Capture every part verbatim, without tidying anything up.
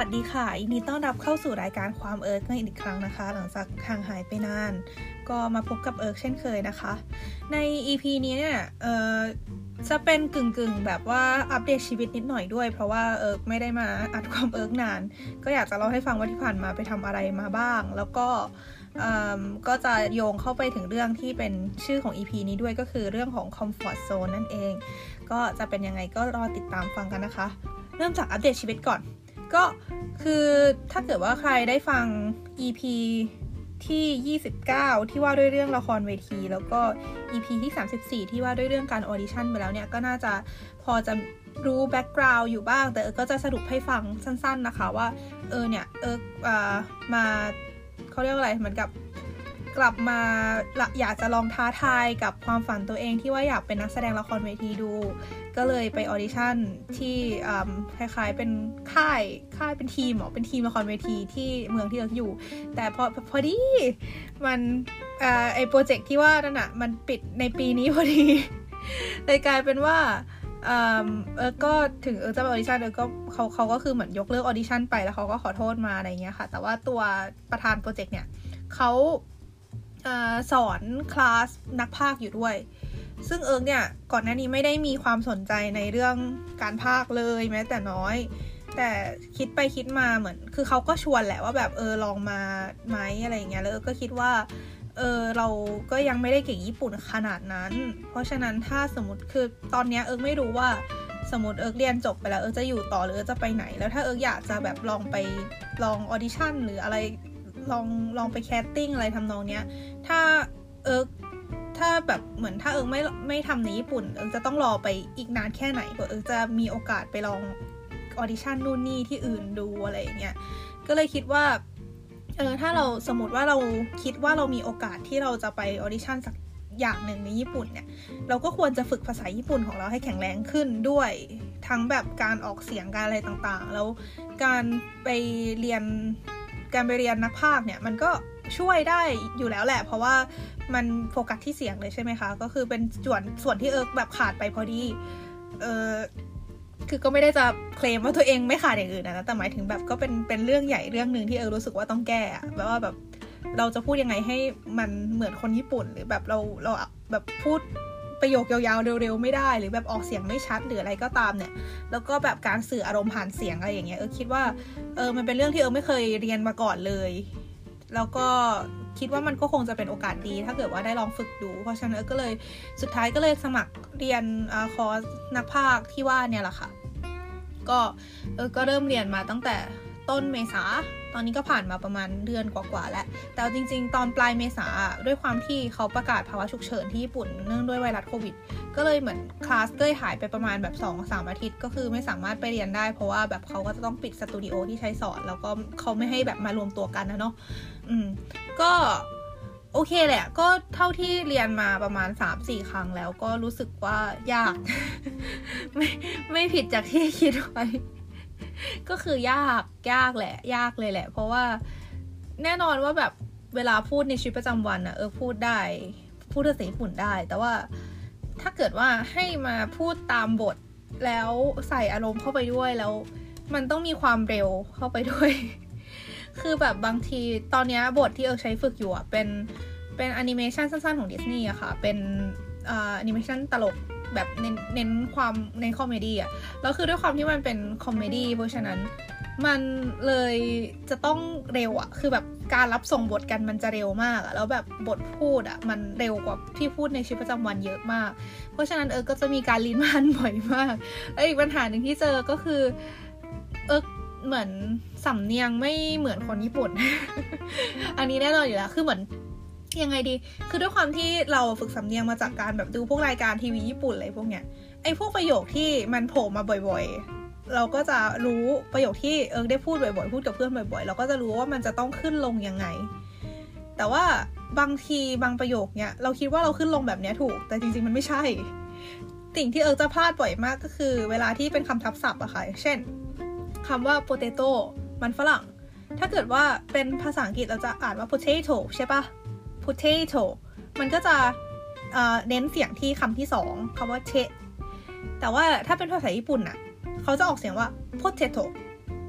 วัสดีค่ะยินดีต้อนรับเข้าสู่รายการความเอิร์กในอีกครั้งนะคะหลังจากห่างหายไปนานก็มาพบกับเอิร์กเช่นเคยนะคะใน อี พี นี้เนี่ยเอ่อจะเป็นกึ่งๆแบบว่าอัปเดตชีวิตนิดหน่อยด้วยเพราะว่าเอิร์กไม่ได้มาอัดความเอิร์กนานก็อยากจะเล่าให้ฟังว่าที่ผ่านมาไปทำอะไรมาบ้างแล้วก็ก็จะโยงเข้าไปถึงเรื่องที่เป็นชื่อของ อี พี นี้ด้วยก็คือเรื่องของ Comfort Zone นั่นเองก็จะเป็นยังไงก็รอติดตามฟังกันนะคะเริ่มจากอัปเดตชีวิตก่อนก็คือถ้าเกิดว่าใครได้ฟัง อี พี ที่ยี่สิบเก้าที่ว่าด้วยเรื่องละครเวทีแล้วก็ อี พี ที่สามสิบสี่ที่ว่าด้วยเรื่องการออดิชั่นไปแล้วเนี่ยก็น่าจะพอจะรู้แบ็กกราวด์อยู่บ้างแต่เออก็จะสรุปให้ฟังสั้นๆนะคะว่าเออเนี่ยเอออ่ามาเขาเรียกอะไรเหมือนกับกลับมาอยากจะลองท้าทายกับความฝันตัวเองที่ว่าอยากเป็นนักแสดงละครเวทีดูก็เลยไปออดิชั่นที่คล้ายๆเป็นค่ายค่ายเป็นทีมหรอเป็นทีมละครเวทีที่เมืองที่เราอยู่แต่พอพอดีมันไอโปรเจกต์ที่ว่านั่นน่ะมันปิดในปีนี้พอดีเลยกลายเป็นว่าเออก็ถึงเออจะไปออดิชั่นเออก็เขาเขาก็คือเหมือนยกเลิกออดิชั่นไปแล้วเขาก็ขอโทษมาอะไรเงี้ยค่ะแต่ว่าตัวประธานโปรเจกต์เนี่ยเขาสอนคลาสนักพากย์อยู่ด้วยซึ่งเอิร์กเนี่ยก่อนหน้านี้ไม่ได้มีความสนใจในเรื่องการพากย์เลยแม้แต่น้อยแต่คิดไปคิดมาเหมือนคือเขาก็ชวนแหละว่าแบบเออลองมาไหมอะไรอย่างเงี้ยแล้วเอิร์กก็คิดว่าเออเราก็ยังไม่ได้เก่งญี่ปุ่นขนาดนั้นเพราะฉะนั้นถ้าสมมติคือตอนเนี้ยเอิร์กไม่รู้ว่าสมมติเอิร์กเรียนจบไปแล้วเอิร์กจะอยู่ต่อหรือเอิร์กจะไปไหนแล้วถ้าเอิร์กอยากจะแบบลองไปลองออดิชั่นหรืออะไรลองลองไปแคสติ้งอะไรทำนองเนี้ยถ้าเอิร์กถ้าแบบเหมือนถ้าเอิร์กไม่ไม่ทำในญี่ปุ่นเอิร์กจะต้องรอไปอีกนานแค่ไหนกว่าเอิร์กจะมีโอกาสไปลองออดิชั่นนู่นนี่ที่อื่นดูอะไรอย่างเงี้ยก็เลยคิดว่าเออถ้าเราสมมติว่าเราคิดว่าเรามีโอกาสที่เราจะไปออดิชั่นสักอย่างหนึ่งในญี่ปุ่นเนี่ยเราก็ควรจะฝึกภาษาญี่ปุ่นของเราให้แข็งแรงขึ้นด้วยทั้งแบบการออกเสียงการอะไรต่างๆแล้วการไปเรียนการไปเรียนนักพากย์เนี่ยมันก็ช่วยได้อยู่แล้วแหละเพราะว่ามันโฟกัสที่เสียงเลยใช่ไหมคะก็คือเป็นส่วนส่วนที่เอิร์กแบบขาดไปพอดีเออคือก็ไม่ได้จะเคลมว่าตัวเองไม่ขาดอย่างอื่นนะแต่หมายถึงแบบก็เป็นเป็นเรื่องใหญ่เรื่องนึงที่เอิร์กรู้สึกว่าต้องแก้แบบว่าแบบเราจะพูดยังไงให้มันเหมือนคนญี่ปุ่นหรือแบบเราเราแบบพูดประโยคยาวๆเร็วๆไม่ได้หรือแบบออกเสียงไม่ชัดหรืออะไรก็ตามเนี่ยแล้วก็แบบการสื่ออารมณ์ผ่านเสียงอะไรอย่างเงี้ยเออคิดว่าเออมันเป็นเรื่องที่เออไม่เคยเรียนมาก่อนเลยแล้วก็คิดว่ามันก็คงจะเป็นโอกาสดีถ้าเกิดว่าได้ลองฝึกดูเพราะฉะนั้นเออก็เลยสุดท้ายก็เลยสมัครเรียนอ่าคอร์สนักพากย์ที่ว่าเนี่ยแหละค่ะก็เออก็เริ่มเรียนมาตั้งแต่ต้นเมษาตอนนี้ก็ผ่านมาประมาณเดือนกว่าๆแล้วแต่จริงๆตอนปลายเมษาด้วยความที่เขาประกาศภาวะฉุกเฉินที่ญี่ปุ่นเนื่องด้วยไวรัสโควิดก็เลยเหมือนคลาสก็หายไปประมาณแบบ สองถึงสาม อาทิตย์ก็คือไม่สามารถไปเรียนได้เพราะว่าแบบเขาก็จะต้องปิดสตูดิโอที่ใช้สอนแล้วก็เขาไม่ให้แบบมารวมตัวกันนะเนาะอืมก็โอเคแหละก็เท่าที่เรียนมาประมาณ สามถึงสี่ ครั้งแล้วก็รู้สึกว่ายาก ไม่ไม่ผิดจากที่คิดไว้ก็คือยากยากแหละยากเลยแหละเพราะว่าแน่นอนว่าแบบเวลาพูดในชีวิตประจำวันนะเออพูดได้พูดภาษาญี่ปุ่นได้แต่ว่าถ้าเกิดว่าให้มาพูดตามบทแล้วใส่อารมณ์เข้าไปด้วยแล้วมันต้องมีความเร็วเข้าไปด้วย คือแบบบางทีตอนนี้บทที่เออใช้ฝึกอยู่อ่ะเป็นเป็นแอนิเมชันสั้นๆของดิสนีย์อะค่ะเป็นอ่าแอนิเมชันตลกแบบเน้นเน้นความเน้นคอมเมดี้อ่ะแล้วคือด้วยความที่มันเป็นคอมเมดี้เพราะฉะนั้นมันเลยจะต้องเร็วอ่ะคือแบบการรับส่งบทกันมันจะเร็วมากอ่ะแล้วแบบบทพูดอ่ะมันเร็วกว่าที่พูดในชีวิตประจำวันเยอะมากเพราะฉะนั้นเออก็จะมีการลิ้นพันบ่อยมากแล้วอีกปัญหาหนึ่งที่เจอก็คือเออเหมือนสำเนียงไม่เหมือนคนญี่ปุ่น อันนี้แน่นอนอยู่แล้วคือเหมือนยังไงดีคือด้วยความที่เราฝึกสำเนียงมาจากการแบบดูพวกรายการทีวีญี่ปุ่นอะไรพวกเนี้ยไอ้พวกประโยคที่มันโผล่มาบ่อยๆเราก็จะรู้ประโยคที่เอิร์กได้พูดบ่อยๆพูดกับเพื่อนบ่อยๆเราก็จะรู้ว่ามันจะต้องขึ้นลงยังไงแต่ว่าบางทีบางประโยคเนี้ยเราคิดว่าเราขึ้นลงแบบเนี้ยถูกแต่จริงๆมันไม่ใช่สิ่งที่เอิร์กจะพลาดบ่อยมากก็คือเวลาที่เป็นคำทับศัพท์อะค่ะเช่นคำว่า potato มันฝรั่งถ้าเกิดว่าเป็นภาษาอังกฤษเราจะอ่านว่า potato ใช่ปะ potato มันก็จะเอ่อเน้นเสียงที่คำที่สองคำว่าเชแต่ว่าถ้าเป็นภาษาญี่ปุ่นน่ะเขาจะออกเสียงว่า potato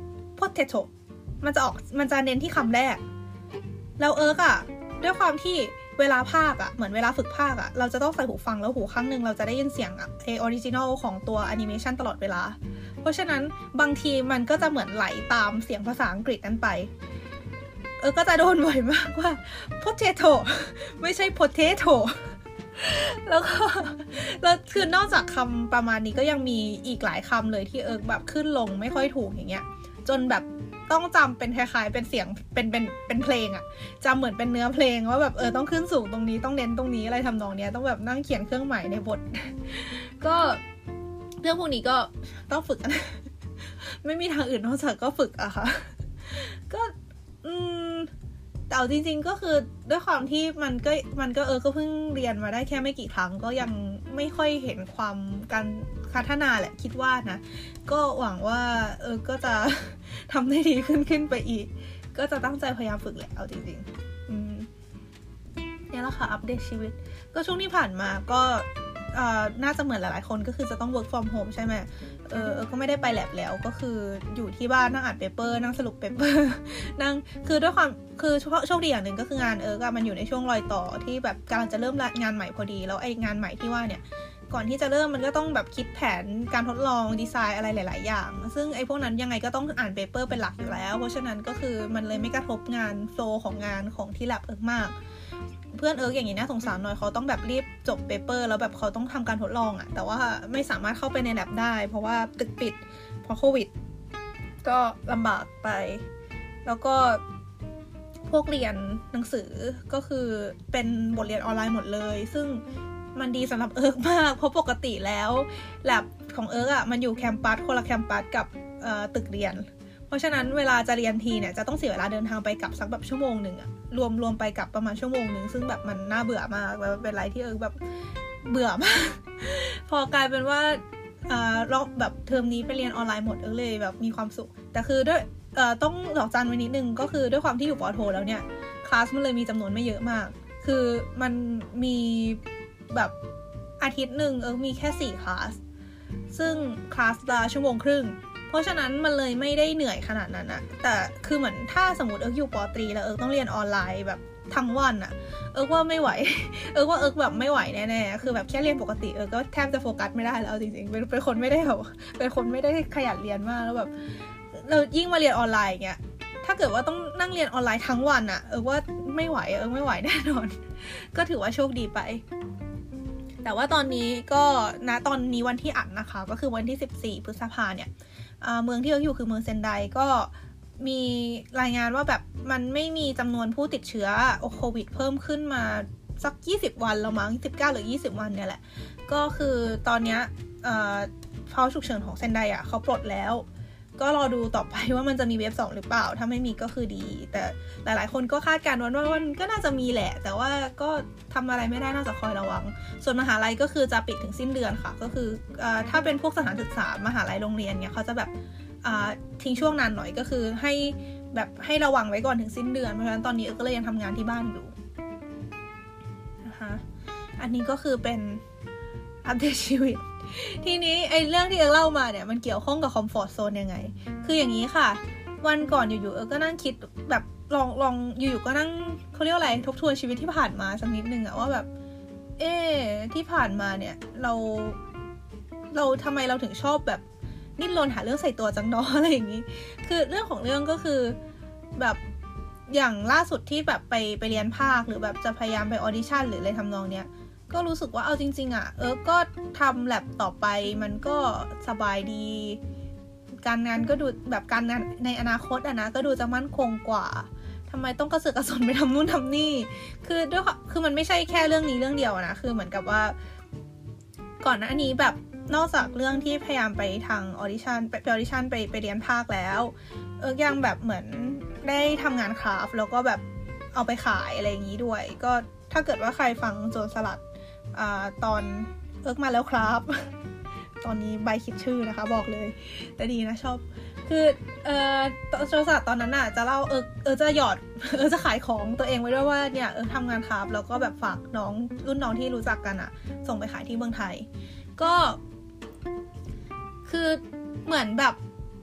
potato มันจะออกมันจะเน้นที่คำแรกแล้วเอิร์กอะด้วยความที่เวลาพากย์อะเหมือนเวลาฝึกพากย์อะเราจะต้องใส่หูฟังแล้วหูข้างนึงเราจะได้ยินเสียงอะไอออริจินอลของตัวแอนิเมชันตลอดเวลาเพราะฉะนั้นบางทีมันก็จะเหมือนไหลตามเสียงภาษาอังกฤษนั้นไปเออก็จะโดนบ่อยมากว่า potato ไม่ใช่ potato แล้วก็แล้วคือนอกจากคำประมาณนี้ก็ยังมีอีกหลายคำเลยที่เอิร์กแบบขึ้นลงไม่ค่อยถูกอย่างเงี้ยจนแบบต้องจำเป็นคล้ายๆเป็นเสียงเป็นเป็นเป็นเพลงอะจำเหมือนเป็นเนื้อเพลงว่าแบบเออต้องขึ้นสูงตรงนี้ต้องเน้นตรงนี้อะไรทำนองเนี้ยต้องแบบนั่งเขียนเครื่องหมายในบท ก็เรื่องพวกนี้ก็ต้องฝึกนะ ไม่มีทางอื่นนอกจากก็ฝึกอะค่ะก็อืมแต่เอาจริงๆก็คือด้วยความที่มันก็มันก็เออก็เพิ่งเรียนมาได้แค่ไม่กี่ครั้งก็ยังไม่ค่อยเห็นความการพัฒนาแหละคิดว่านะก็หวังว่าเออก็จะทำได้ดีขึ้นขึ้นไปอีกก็จะตั้งใจพยายามฝึกแหละเอาจริงๆอืมนี่แหละค่ะอัปเดตชีวิตก็ช่วงที่ผ่านมาก็เอ่อน่าจะเหมือนหลายๆคนก็คือจะต้อง work from home ใช่ไหมเออเออก็ไม่ได้ไปแลบแล้วก็คืออยู่ที่บ้านนั่งอ่านเปเปอร์นั่งสรุปเปเปอร์นั่งคือด้วยความคือโชคดีอย่างหนึ่งก็คืองานเออมันอยู่ในช่วงรอยต่อที่แบบกำลังจะเริ่มงานใหม่พอดีแล้วไอ้งานใหม่ที่ว่าเนี่ยก่อนที่จะเริ่มมันก็ต้องแบบคิดแผนการทดลองดีไซน์อะไรหลายๆอย่างซึ่งไอ้พวกนั้นยังไงก็ต้องอ่านเปเปอร์เป็นหลักอยู่แล้วเพราะฉะนั้นก็คือมันเลยไม่กระทบงานโฟลว์ของงานของที่แลบเอิร์กมากเพื่อนเอิร์กอย่างนี้น่าสงสารหน่อยเขาต้องแบบรีบจบเปเปอร์แล้วแบบเขาต้องทำการทดลองอะแต่ว่าไม่สามารถเข้าไปในแลบได้เพราะว่าตึกปิดเพราะโควิดก็ลำบากไปแล้วก็พวกเรียนหนังสือก็คือเป็นบทเรียนออนไลน์หมดเลยซึ่งมันดีสำหรับเอิร์กมากเพราะปกติแล้วแลบของเอิร์กอะมันอยู่แคมปัสคนละแคมปัสกับตึกเรียนเพราะฉะนั้นเวลาจะเรียนทีเนี่ยจะต้องเสียเวลาเดินทางไปกลับสักแบบชั่วโมงหนึ่งอะรวมรวมไปกลับประมาณชั่วโมงหนึ่งซึ่งแบบมันน่าเบื่อมากแบบเป็นอะไรที่เอิร์กแบบเบื่อมาก พอกลายเป็นว่าอ่ารอบแบบเทอมนี้ไปเรียนออนไลน์หมดเอิร์กเลยแบบมีความสุขแต่คือด้วยเอ่อต้องดอกจันไว้นิดนึงก็คือด้วยความที่อยู่ปอโทแล้วเนี่ยคลาสมันเลยมีจำนวนไม่เยอะมากคือมันมีแบบอาทิตย์หนึ่งเอิร์กมีแค่สี่คลาสซึ่งคลาสละชั่วโมงครึ่งเพราะฉะนั้นมันเลยไม่ได้เหนื่อยขนาดนั้นอะแต่คือเหมือนถ้าสมมติเอิร์กอยู่ปอตรีแล้วเอิร์กต้องเรียนออนไลน์แบบทั้งวันอะเอิร์กว่าไม่ไหวเอิร์กว่าเอิร์กแบบไม่ไหวแน่ๆคือแบบแค่เรียนปกติเอิร์กก็แทบจะโฟกัสไม่ได้แล้วจริงๆเป็นเป็นคนไม่ได้แบบเป็นคนไม่ได้ขยันเรียนมากแล้วแบบเรายิ่งมาเรียนออนไลน์อย่างเงี้ยถ้าเกิดว่าต้องนั่งเรียนออนไลน์ทั้งวันอะเอิร์กว่าไม่ไหวเอิร์กไม่ไหวแน่นอนก็ถือว่าโชคดีไปแต่ว่าตอนนี้ก็ณตอนนี้วันที่อัดนะคะก็คือวันที่สิบสี่พฤษภาเนี่ยเมืองที่เอิร์กอยู่คือเมืองเซนไดก็มีรายงานว่าแบบมันไม่มีจำนวนผู้ติดเชื้อโควิดเพิ่มขึ้นมาสักยี่สิบวันแล้วมั้งสิบเก้าหรือยี่สิบวันเนี่ยแหละก็คือตอนเนี้ยเอ่อภาวะฉุกเฉินของเซนไดอ่ะเขาปลดแล้วก็รอดูต่อไปว่ามันจะมีเวฟสองหรือเปล่าถ้าไม่มีก็คือดีแต่หลายๆคนก็คาดการณ์ว่ามันก็น่าจะมีแหละแต่ว่าก็ทำอะไรไม่ได้นอกจากคอยระวังส่วนมหาลัยก็คือจะปิดถึงสิ้นเดือนค่ะก็คือเอ่อถ้าเป็นพวกสถานศึกษามหาลัยโรงเรียนเนี่ยเขาจะแบบทิ้งช่วงนานหน่อยก็คือให้แบบให้ระวังไว้ก่อนถึงสิ้นเดือนเพราะฉะนั้นตอนนี้ก็เลยยังทำงานที่บ้านอยู่นะคะอันนี้ก็คือเป็นอัปเดตชีวิตทีนี้ไอ้เรื่องที่เอิร์กเล่ามาเนี่ยมันเกี่ยวข้องกับคอมฟอร์ตโซนยังไงคืออย่างนี้ค่ะวันก่อนอยู่ๆเอิร์กก็นั่งคิดแบบลองลองอยู่ๆก็นั่งเขาเรียกอะไรทบทวนชีวิตที่ผ่านมาสักนิดนึงอะว่าแบบเอ๊ะที่ผ่านมาเนี่ยเราเราทำไมเราถึงชอบแบบนิ่รนหาเรื่องใส่ตัวจังเนาะอะไรอย่างนี้คือเรื่องของเรื่องก็คือแบบอย่างล่าสุดที่แบบไปไปเรียนภาคหรือแบบจะพยายามไปออดิชั่นหรืออะไรทำนองเนี้ยก็รู้สึกว่าเอาจริงๆอ่ะเออก็ทำแลบต่อไปมันก็สบายดีการงานก็ดูแบบการงานในอนาคตอ่ะนะก็ดูจะมั่นคงกว่าทำไมต้องกระเสือกกระสนไปทำนู่นทำนี่คือด้วยคือมันไม่ใช่แค่เรื่องนี้เรื่องเดียวนะคือเหมือนกับว่าก่อนหน้านี้แบบนอกจากเรื่องที่พยายามไปทางออดิชั่นไปออดิชั่นไปไปเรียนภาคแล้วเออยังแบบเหมือนได้ทำงานคราฟแล้วก็แบบเอาไปขายอะไรอย่างนี้ด้วยก็ถ้าเกิดว่าใครฟังโจรสลัดอ่าตอนเอิร์กมาแล้วครับตอนนี้ใบคิดชื่อนะคะบอกเลยแต่ดีนะชอบคือเอ่อโจรสลัดตอนนั้นน่ะจะเล่าเอิร์กเอิร์กจะหยอดเอิร์กจะขายของตัวเองไว้ด้วยว่าเนี่ยเอิร์กทำงานคราฟแล้วก็แบบฝากน้องรุ่นน้องที่รู้จักกันอ่ะส่งไปขายที่เมืองไทยก็คือเหมือนแบบ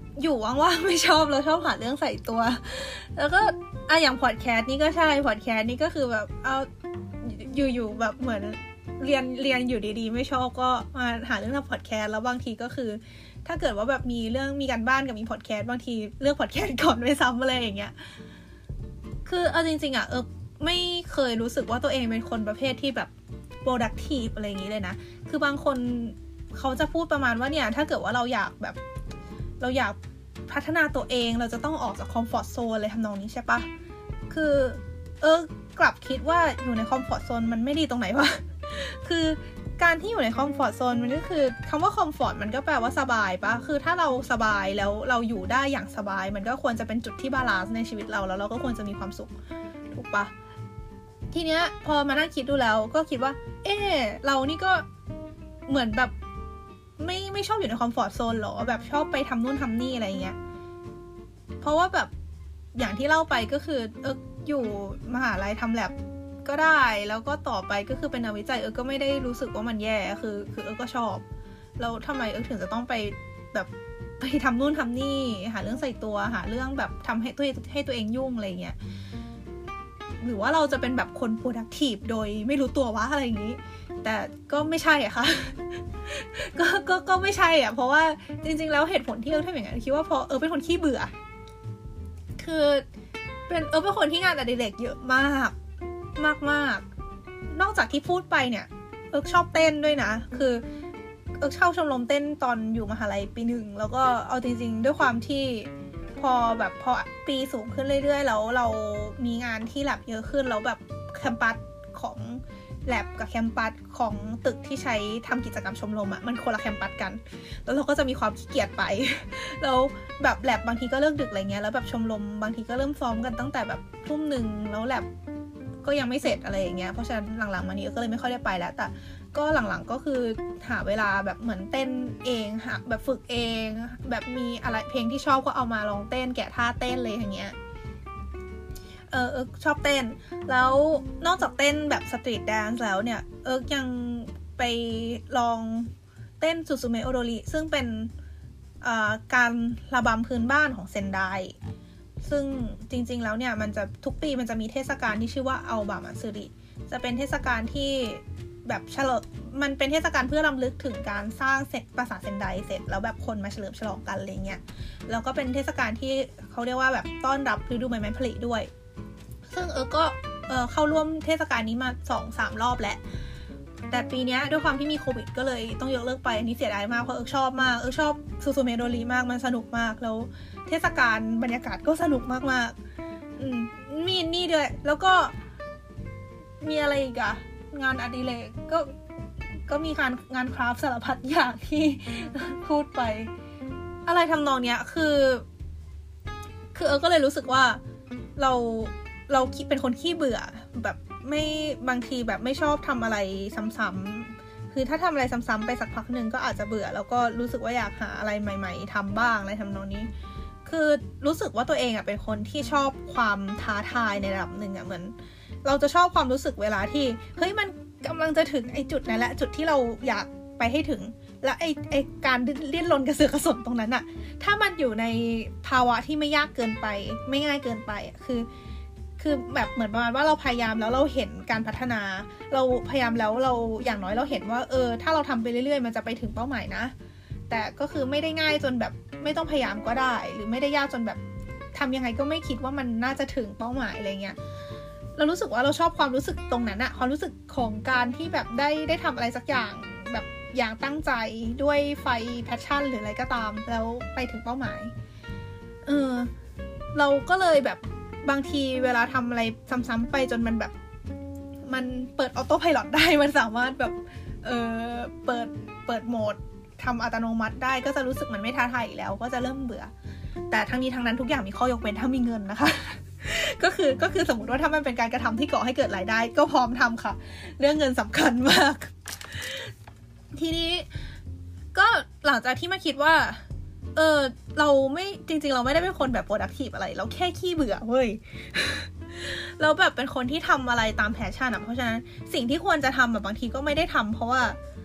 อยู่ว่างๆไม่ชอบเราชอบหาเรื่องใส่ตัวแล้วก็อ่ะอย่างพอดแคสต์นี่ก็ใช่พอดแคสต์นี่ก็คือแบบเอาอยู่ๆแบบเหมือนเรียนเรียนอยู่ดีๆไม่ชอบก็มาหาเรื่องทำพอดแคสต์แล้วบางทีก็คือถ้าเกิดว่าแบบมีเรื่องมีการบ้านกับมีพอดแคสต์บางทีเลือกพอดแคสต์ก่อนไม่ซ้ำอะไรอย่างเงี้ยคือเอาจริงๆอ่ะเออไม่เคยรู้สึกว่าตัวเองเป็นคนประเภทที่แบบ productive อะไรอย่างงี้เลยนะคือบางคนเขาจะพูดประมาณว่าเนี่ยถ้าเกิดว่าเราอยากแบบเราอยากพัฒนาตัวเองเราจะต้องออกจากคอมฟอร์ตโซนอะไรทำนองนี้ใช่ปะคือเออกลับคิดว่าอยู่ในคอมฟอร์ตโซนมันไม่ดีตรงไหนวะ คือการที่อยู่ในคอมฟอร์ตโซนมันก็คือคำว่าคอมฟอร์ตมันก็แปลว่าสบายปะคือถ้าเราสบายแล้วเราอยู่ได้อย่างสบายมันก็ควรจะเป็นจุดที่บาลานซ์ในชีวิตเราแล้วเราก็ควรจะมีความสุขถูกปะทีเนี้ยพอมานั่งคิดดูแล้วก็คิดว่าเออเรานี่ก็เหมือนแบบไม่ไม่ชอบอยู่ในคอมฟอร์ตโซนหรอแบบชอบไปทำนู่นทำนี่อะไรเงี้ยเพราะว่าแบบอย่างที่เล่าไปก็คือเอออยู่มหาลัยทำแลบก็ได้แล้วก็ต่อไปก็คือเป็นนักวิจัยเออก็ไม่ได้รู้สึกว่ามันแย่คือคือเออก็ชอบแล้วทำไมเออถึงจะต้องไปแบบไปทำนู่นทำนี่หาเรื่องใส่ตัวหาเรื่องแบบทำให้ตัวให้ตัวเองยุ่งอะไรเงี้ยหรือว่าเราจะเป็นแบบคน productive โดยไม่รู้ตัววะอะไรอย่างนี้แต่ก็ไม่ใช่อะค่ะ ก็ก็ก็ไม่ใช่อะเพราะว่าจริงๆแล้วเหตุผลที่เออทำอย่างนั้นคิดว่าเพราะเออเป็นคนขี้เบื่อคือเป็นเออเป็นคนที่งานอดิเรกเยอะมากมากมากนอกจากที่พูดไปเนี่ยเออชอบเต้นด้วยนะคือเออเข้าชมรมเต้นตอนอยู่มหาลัยปีหนึ่งแล้วก็เอาจริงๆด้วยความที่พอแบบพอปีสูงขึ้นเรื่อยๆแล้วเรามีงานที่แลบเยอะขึ้นแล้วแบบแคมปัสของแลบกับแคมปัสของตึกที่ใช้ทำกิจกรรมชมรมอะมันคนละแคมปัสกันแล้วเราก็จะมีความขี้เกียจไปแล้วแบบแลบบางทีก็เลิกดึกอะไรเงี้ยแล้วแบบชมรมบางทีก็เริ่มซ้อมกันตั้งแต่แบบทุ่มหนึ่งแล้วแลบก็ยังไม่เสร็จอะไรอย่างเงี้ยเพราะฉะนั้นหลังๆมานี้ก็เลยไม่ค่อยได้ไปแล้วแต่ก็หลังๆก็คือหาเวลาแบบเหมือนเต้นเองหาแบบฝึกเองแบบมีอะไรเพลงที่ชอบก็เอามาลองเต้นแกะท่าเต้นเลยอย่างเงี้ยเออเออชอบเต้นแล้วนอกจากเต้นแบบสตรีทแดนซ์แล้วเนี่ยเออยังไปลองเต้นซูซูเมะโอโดริซึ่งเป็นการระบำพื้นบ้านของเซนไดซึ่งจริงๆแล้วเนี่ยมันจะทุกปีมันจะมีเทศกาลที่ชื่อว่าอัลบามัตสึริจะเป็นเทศกาลที่แบบเฉลิมมันเป็นเทศกาลเพื่อรำลึกถึงการสร้างเสร็จปราสาทเซนไดเสร็จแล้วแบบคนมาเฉลิมฉลองกันอะไรเงี้ยแล้วก็เป็นเทศกาลที่เขาเรียกว่าแบบต้อนรับฤดูใบไม้ผลิด้วยซึ่งเออก็เออเข้าร่วมเทศกาลนี้มา สองถึงสาม รอบแล้วแต่ปีนี้ด้วยความที่มีโควิดก็เลยต้องยกเลิกไปอันนี้เสียดายมากเพราะเออชอบมากเออชอบซูซูเมโดริมากมันสนุกมากแล้วเทศกาลบรรยากาศก็สนุกมากๆอืมมีนี่ด้วยแล้วก็มีอะไรอีกอะงานอดิเรกก็ก็มีการงานคราฟต์สารพัดอย่างที่พูดไปอะไรทำนองเนี้ยคือคือเออก็เลยรู้สึกว่าเราเราเป็นคนขี้เบื่อแบบไม่บางทีแบบไม่ชอบทำอะไรซ้ำๆคือถ้าทำอะไรซ้ำๆไปสักพักหนึ่งก็อาจจะเบื่อแล้วก็รู้สึกว่าอยากหาอะไรใหม่ๆทำบ้างอะไรทำนองนี้คือรู้สึกว่าตัวเองอ่ะเป็นคนที่ชอบความท้าทายในระดับหนึ่งอ่ะเหมือนเราจะชอบความรู้สึกเวลาที่เฮ้ยมันกำลังจะถึงไอ้จุดนั้นแหละจุดที่เราอยากไปให้ถึงแล้วไอ้ไอ้การดิ้นรนกระเสือกกระสนตรงนั้นอ่ะถ้ามันอยู่ในภาวะที่ไม่ยากเกินไปไม่ง่ายเกินไปอ่ะคือคือแบบเหมือนประมาณว่าเราพยายามแล้วเราเห็นการพัฒนาเราพยายามแล้วเราอย่างน้อยเราเห็นว่าเออถ้าเราทำไปเรื่อยๆมันจะไปถึงเป้าหมายนะแต่ก็คือไม่ได้ง่ายจนแบบไม่ต้องพยายามก็ได้หรือไม่ได้ยากจนแบบทำยังไงก็ไม่คิดว่ามันน่าจะถึงเป้าหมายอะไรเงี้ยเรารู้สึกว่าเราชอบความรู้สึกตรงนั้นอะความรู้สึกของการที่แบบได้ได้ทำอะไรสักอย่างแบบอย่างตั้งใจด้วยไฟแพชชั่นหรืออะไรก็ตามแล้วไปถึงเป้าหมายเออเราก็เลยแบบบางทีเวลาทำอะไรซ้ำๆไปจนมันแบบมันเปิดออโต้ไพลอตได้มันสามารถแบบเออเปิดเปิดโหมดทำอัตโนมัติได้ก็จะรู้สึกมันไม่ท้าทายอีกแล้วก็จะเริ่มเบื่อแต่ทั้งนี้ทั้งนั้นทุกอย่างมีข้อยกเว้นถ้ามีเงินนะคะ ก็คือก็คือสมมติว่าถ้ามันเป็นการกระทำที่ก่อให้เกิดรายได้ก็พร้อมทำค่ะเรื่องเงินสำคัญมากทีนี้ก็หลังจากที่มาคิดว่าเออเราไม่จริงๆเราไม่ได้เป็นคนแบบ productive อะไรเราแค่ขี้เบื่อเว้ย เราแบบเป็นคนที่ทำอะไรตามแพชชั่นอ่ะเพราะฉะนั้นสิ่งที่ควรจะทำแบบบางทีก็ไม่ได้ทำเพราะว่าเพ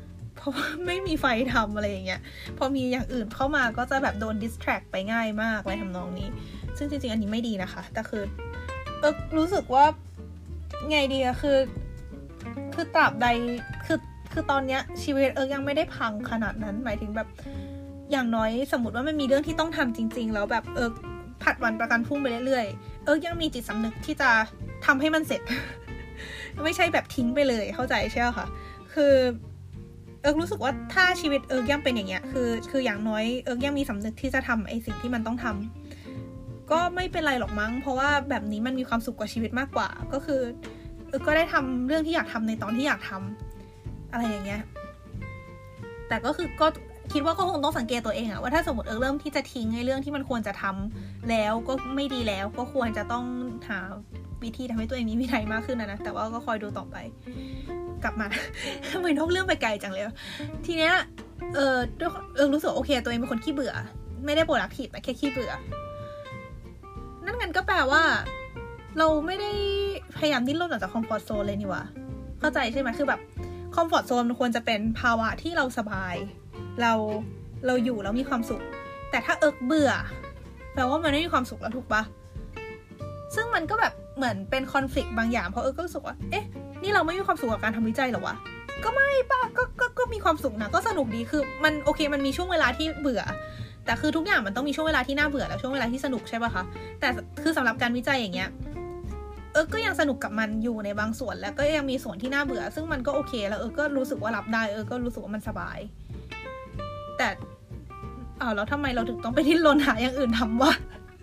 ราะว่าไม่มีไฟทำอะไรอย่างเงี้ยพอมีอย่างอื่นเข้ามาก็จะแบบโดน distract ไปง่ายมากอะไรทำนองนี้ซึ่งจริงๆอันนี้ไม่ดีนะคะแต่คือเออรู้สึกว่าไงดีอะคือคือตราบใดคือคือตอนเนี้ยชีวิตเออยังไม่ได้พังขนาดนั้นหมายถึงแบบอย่างน้อยสมมติว่ามันมีเรื่องที่ต้องทำจริงๆแล้วแบบเออผัดวันประกันพรุ่งไปเรื่อยๆเออยังมีจิตสำนึกที่จะทำให้มันเสร็จ ไม่ใช่แบบทิ้งไปเลยเข้าใจใช่ไหมคะคือเอิร์กรู้สึกว่าถ้าชีวิตเอิร์กยังเป็นอย่างเงี้ยคือคืออย่างน้อยเอิร์กยังมีสำนึกที่จะทำไอ้สิ่งที่มันต้องทำก็ไม่เป็นไรหรอกมั้งเพราะว่าแบบนี้มันมีความสุขกว่าชีวิตมากกว่าก็คือเอิร์กก็ได้ทำเรื่องที่อยากทำในตอนที่อยากทำอะไรอย่างเงี้ยแต่ก็คือก็คิดว่าก็คงต้องสังเกตตัวเองอะว่าถ้าสมมติเอิร์กเริ่มที่จะทิ้งไอ้เรื่องที่มันควรจะทำแล้วก็ไม่ดีแล้วก็ควรจะต้องหาวิธีทำให้ตัวเองมีวินัยมากขึ้นนะนะแต่ว่าก็คอยดูต่อไปกลับมาทำไมนอกเรื่องไปไกลจังเลยทีเนี้ยเออเออรู้สึกโอเคตัวเองเป็นคนขี้เบื่อไม่ได้ productive แต่แค่ขี้เบื่อนั่นงั้นก็แปลว่าเราไม่ได้พยายามดิ้นรนออกจากคอมฟอร์ตโซนเลยนี่วะเข้าใจใช่ไหมคือแบบคอมฟอร์ตโซนมันควรจะเป็นภาวะที่เราสบายเราเราอยู่แล้วมีความสุขแต่ถ้าเอิกเบื่อแปลว่ามันไม่มีความสุขแล้วถูกปะซึ่งมันก็แบบเหมือนเป็นคอนฟลิกต์บางอย่างเพราะเอิกก็รู้สึกว่าเอ๊ะนี่เราไม่มีความสุขกับการทำวิจัยหรอวะก็ไม่ป่ะก็ก็ก็มีความสุขนะก็สนุกดีคือมันโอเคมันมีช่วงเวลาที่เบื่อแต่คือทุกอย่างมันต้องมีช่วงเวลาที่น่าเบื่อแล้วช่วงเวลาที่สนุกใช่ป่ะคะแต่คือสำหรับการวิจัยอย่างเงี้ยเออก็ยังสนุกกับมันอยู่ในบางส่วนแล้วก็ยังมีส่วนที่น่าเบื่อซึ่งมันก็โอเคแล้วเออก็รู้สึกว่ารับได้เออก็รู้สึกว่ามันสบายแต่อ้าวแล้วทำไมเราถึงต้องไปดิ้นรนหาอย่างอื่นทำวะ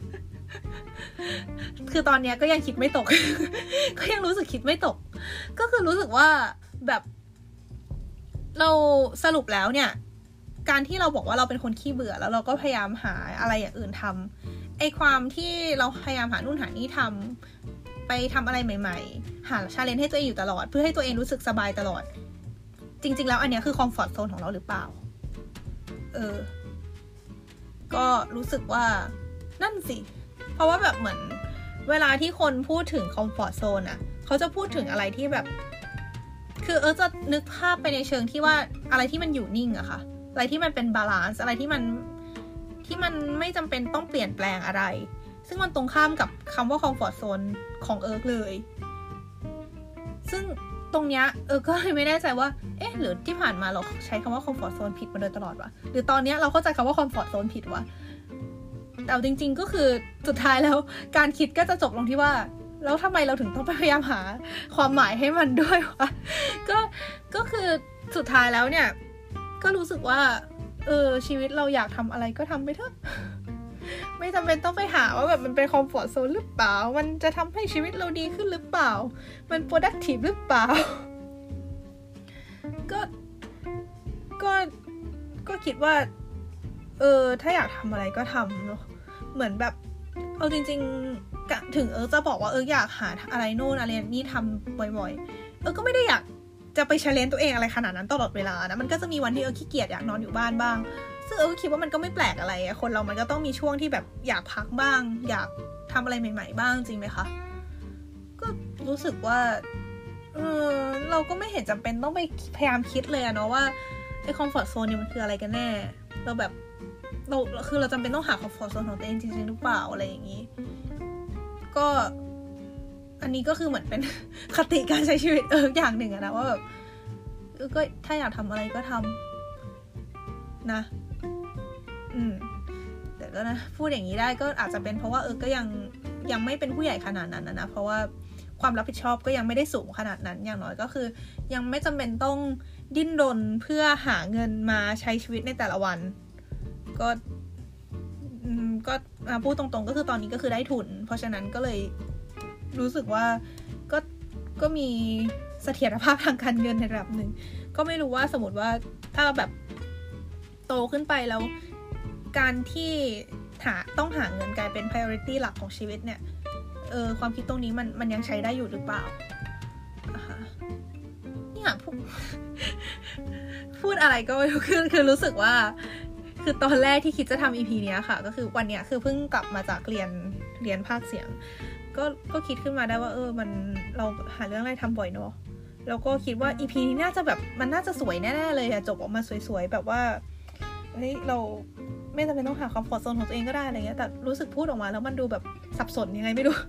คือตอนเนี้ยก็ยังคิดไม่ตก ก็ยังรู้สึกคิดไม่ตกก็คือรู้สึกว่าแบบเราสรุปแล้วเนี่ยการที่เราบอกว่าเราเป็นคนขี้เบื่อแล้วเราก็พยายามหาอะไรอย่างอื่นทำไอ้ความที่เราพยายามหานู่นหานี่ทำไปทำอะไรใหม่ๆหาชาเลนจ์ให้ตัวเองอยู่ตลอดเพื่อให้ตัวเองรู้สึกสบายตลอดจริงๆแล้วอันเนี้ยคือคอมฟอร์ตโซนของเราหรือเปล่าเออก็รู้สึกว่านั่นสิเพราะว่าแบบเหมือนเวลาที่คนพูดถึงคอมฟอร์ตโซนอ่ะเขาจะพูดถึงอะไรที่แบบคือเออจะนึกภาพไปในเชิงที่ว่าอะไรที่มันอยู่นิ่งอะค่ะอะไรที่มันเป็นบาลานซ์อะไรที่มันที่มันไม่จำเป็นต้องเปลี่ยนแปลงอะไรซึ่งมันตรงข้ามกับคำว่าคอมฟอร์ตโซนของเอิร์กเลยซึ่งตรงเนี้ยเออก็เลยไม่แน่ใจว่าเอ๊ะหรือที่ผ่านมาเราใช้คำว่าคอมฟอร์ตโซนผิดมาโดยตลอดวะหรือตอนเนี้ยเราเข้าใจคำว่าคอมฟอร์ตโซนผิดวะแต่จริงๆก็คือสุดท้ายแล้วการคิดก็จะจบลงที่ว่าแล้วทำไมเราถึงต้องพยายามหาความหมายให้มันด้วยวะก็ก็คือสุดท้ายแล้วเนี่ยก็รู้สึกว่าเออชีวิตเราอยากทำอะไรก็ทำไปเถอะไม่จำเป็นต้องไปหาว่าแบบมันเป็นคอมฟอร์ตโซนหรือเปล่ามันจะทำให้ชีวิตเราดีขึ้นหรือเปล่ามัน productive หรือเปล่าก็ก็ก็คิดว่าเออถ้าอยากทำอะไรก็ทำเนาะเหมือนแบบเอาจริงๆถึงเออจะบอกว่าเอออยากหาอะไรโน่นอะไรนี่ทำบ่อยๆเออก็ไม่ได้อยากจะไปเชลเลนจ์ตัวเองอะไรขนาดนั้นตลอดเวลานะมันก็จะมีวันที่เออขี้เกียจอยากนอนอยู่บ้านบ้างซึ่งเออคิดว่ามันก็ไม่แปลกอะไรคนเรามันก็ต้องมีช่วงที่แบบอยากพักบ้างอยากทำอะไรใหม่ๆบ้างจริงไหมคะก็รู้สึกว่าเออเราก็ไม่เห็นจำเป็นต้องไปพยายามคิดเลยอะเนาะว่าไอ้คอมฟอร์ตโซนเนี่ยมันคืออะไรกันแน่เราแบบเราคือเราจำเป็นต้องหาคอมฟอร์ตโซนของตัวเองจริงๆหรือเปล่าอะไรอย่างนี้ก็อันนี้ก็คือเหมือนเป็นคติการใช้ชีวิตเอออย่างหนึ่งอะนะว่าแบบก็ถ้าอยากทำอะไรก็ทำนะอืมแต่ก็นะพูดอย่างนี้ได้ก็อาจจะเป็นเพราะว่าเออก็ยังยังไม่เป็นผู้ใหญ่ขนาดนั้นนะนะเพราะว่าความรับผิดชอบก็ยังไม่ได้สูงขนาดนั้นอย่างน้อยก็คือยังไม่จำเป็นต้องดิ้นรนเพื่อหาเงินมาใช้ชีวิตในแต่ละวันก็ก็พูดตรงๆก็คือตอนนี้ก็คือได้ทุนเพราะฉะนั้นก็เลยรู้สึกว่าก็ก็มีเสถียรภาพทางการเงินในระดับหนึ่งก็ไม่รู้ว่าสมมติว่าถ้าเราแบบโตขึ้นไปแล้วการที่หาต้องหาเงินกลายเป็น priority หลักของชีวิตเนี่ยเออความคิดตรงนี้มันมันยังใช้ได้อยู่หรือเปล่านะคะเนี่ยพูด พูดอะไรก็ไม่รู้คือคือรู้สึกว่าคือตอนแรกที่คิดจะทำ อี พี เนี้ยค่ะก็คือวันเนี้ยคือเพิ่งกลับมาจากเรียนเรียนภาคเสียงก็ก็คิดขึ้นมาได้ว่าเออมันเราหาเรื่องอะไรทำบ่อยเนอะแล้วก็คิดว่า อี พี นี้น่าจะแบบมันน่าจะสวยแน่ๆเลยอะจบออกมาสวยๆแบบว่าเฮ้ยเราไม่จำเป็นต้องหาคอมฟอร์ตโซนของตัวเองก็ได้อะไรเงี้ยแต่รู้สึกพูดออกมาแล้วมันดูแบบสับสนยังไงไม่รู้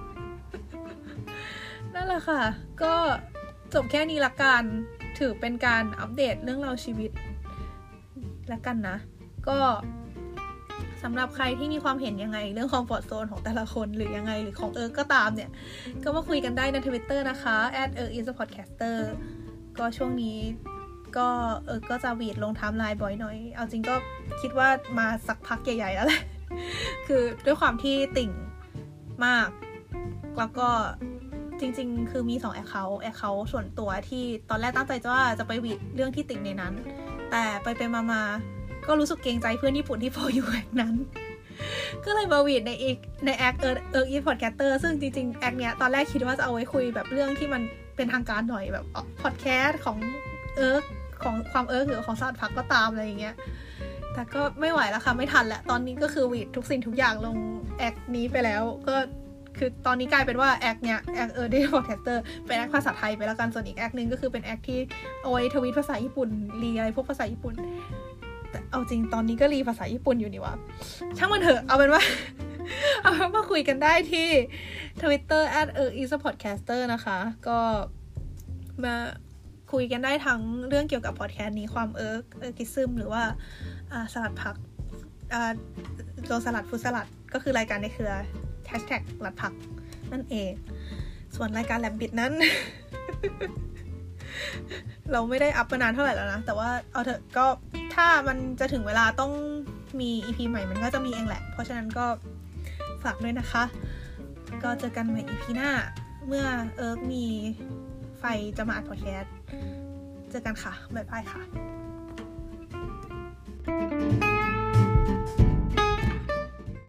นั่นแหละค่ะก็จบแค่นี้ละกันถือเป็นการอัปเดตเรื่องราวชีวิตละกันนะก็สำหรับใครที่มีความเห็นยังไงเรื่องคอมฟอร์ตโซนของแต่ละคนหรือยังไงหรือของเอิร์กก็ตามเนี่ยก็มาคุยกันได้ใน Twitter นะคะ แอท เอิร์ก อิส เอ podcaster ก็ช่วงนี้ก็เอิร์กก็จะวีดลงไทม์ไลน์บ่อยหน่อยเอาจริงก็คิดว่ามาสักพักใหญ่ๆแล้วแหละคือด้วยความที่ติ่งมากแล้วก็จริงๆคือมีสอง account account ส่วนตัวที่ตอนแรกตั้งใจว่าจะไปวีดเรื่องที่ติ่งในนั้นแต่ไปไปมาๆก็รู้สึกเกรงใจเพื่อนญี่ปุ่นที่พออยู่แอคนั้นก็เลยมาวีดในอีกในแอคเอิร์กเอิร์กอีพอดแคสเตอร์ซึ่งจริงๆแอคเนี้ยตอนแรกคิดว่าจะเอาไว้คุยแบบเรื่องที่มันเป็นทางการหน่อยแบบพอดแคสต์ของเอิร์กของความเอิร์กหรือของศาสตร์พักก็ตามอะไรอย่างเงี้ยแต่ก็ไม่ไหวแล้วค่ะไม่ทันแล้วตอนนี้ก็คือวีดทุกสิ่งทุกอย่างลงแอคนี้ไปแล้วก็คือตอนนี้กลายเป็นว่าแอคเนี้ยแอคเออร์ดีพอดแคสเตอร์เป็นแอคภาษาไทยไปแล้วกันส่วนอีกแอคนึงก็คือเป็นแอคที่เอาไว้ทวีตภาษาญี่ปุ่นรีอะไรพวกภาษาญี่ปุ่นแต่เอาจริงตอนนี้ก็รีภาษาญี่ปุ่นอยู่นี่วะช่างมันเถอะเอาเป็นว่า เอาเป็นว่าคุยกันได้ที่ Twitter แอท เอิร์ก อิส podcaster นะคะก็มาคุยกันได้ทั้งเรื่องเกี่ยวกับพอดแคสต์นี้ความเอิร์กเอิร์กิซึมหรือว่าสลัดผักโจสลัดฟุตสลัดก็คือรายการในเครือแฮชแท็กหลัดผักนั่นเองส่วนรายการแลมบิดนั้น เราไม่ได้อัพมานานเท่าไหร่แล้วนะแต่ว่าเอาเถอะก็ถ้ามันจะถึงเวลาต้องมี อี พี ใหม่มันก็จะมีเองแหละเพราะฉะนั้นก็ฝากด้วยนะคะก็เจอกันใหม่ อี พี หน้าเมื่อเอิร์กมีไฟจะมาอัดพอดแคสต์เจอกันค่ะบ๊ายบายค่ะ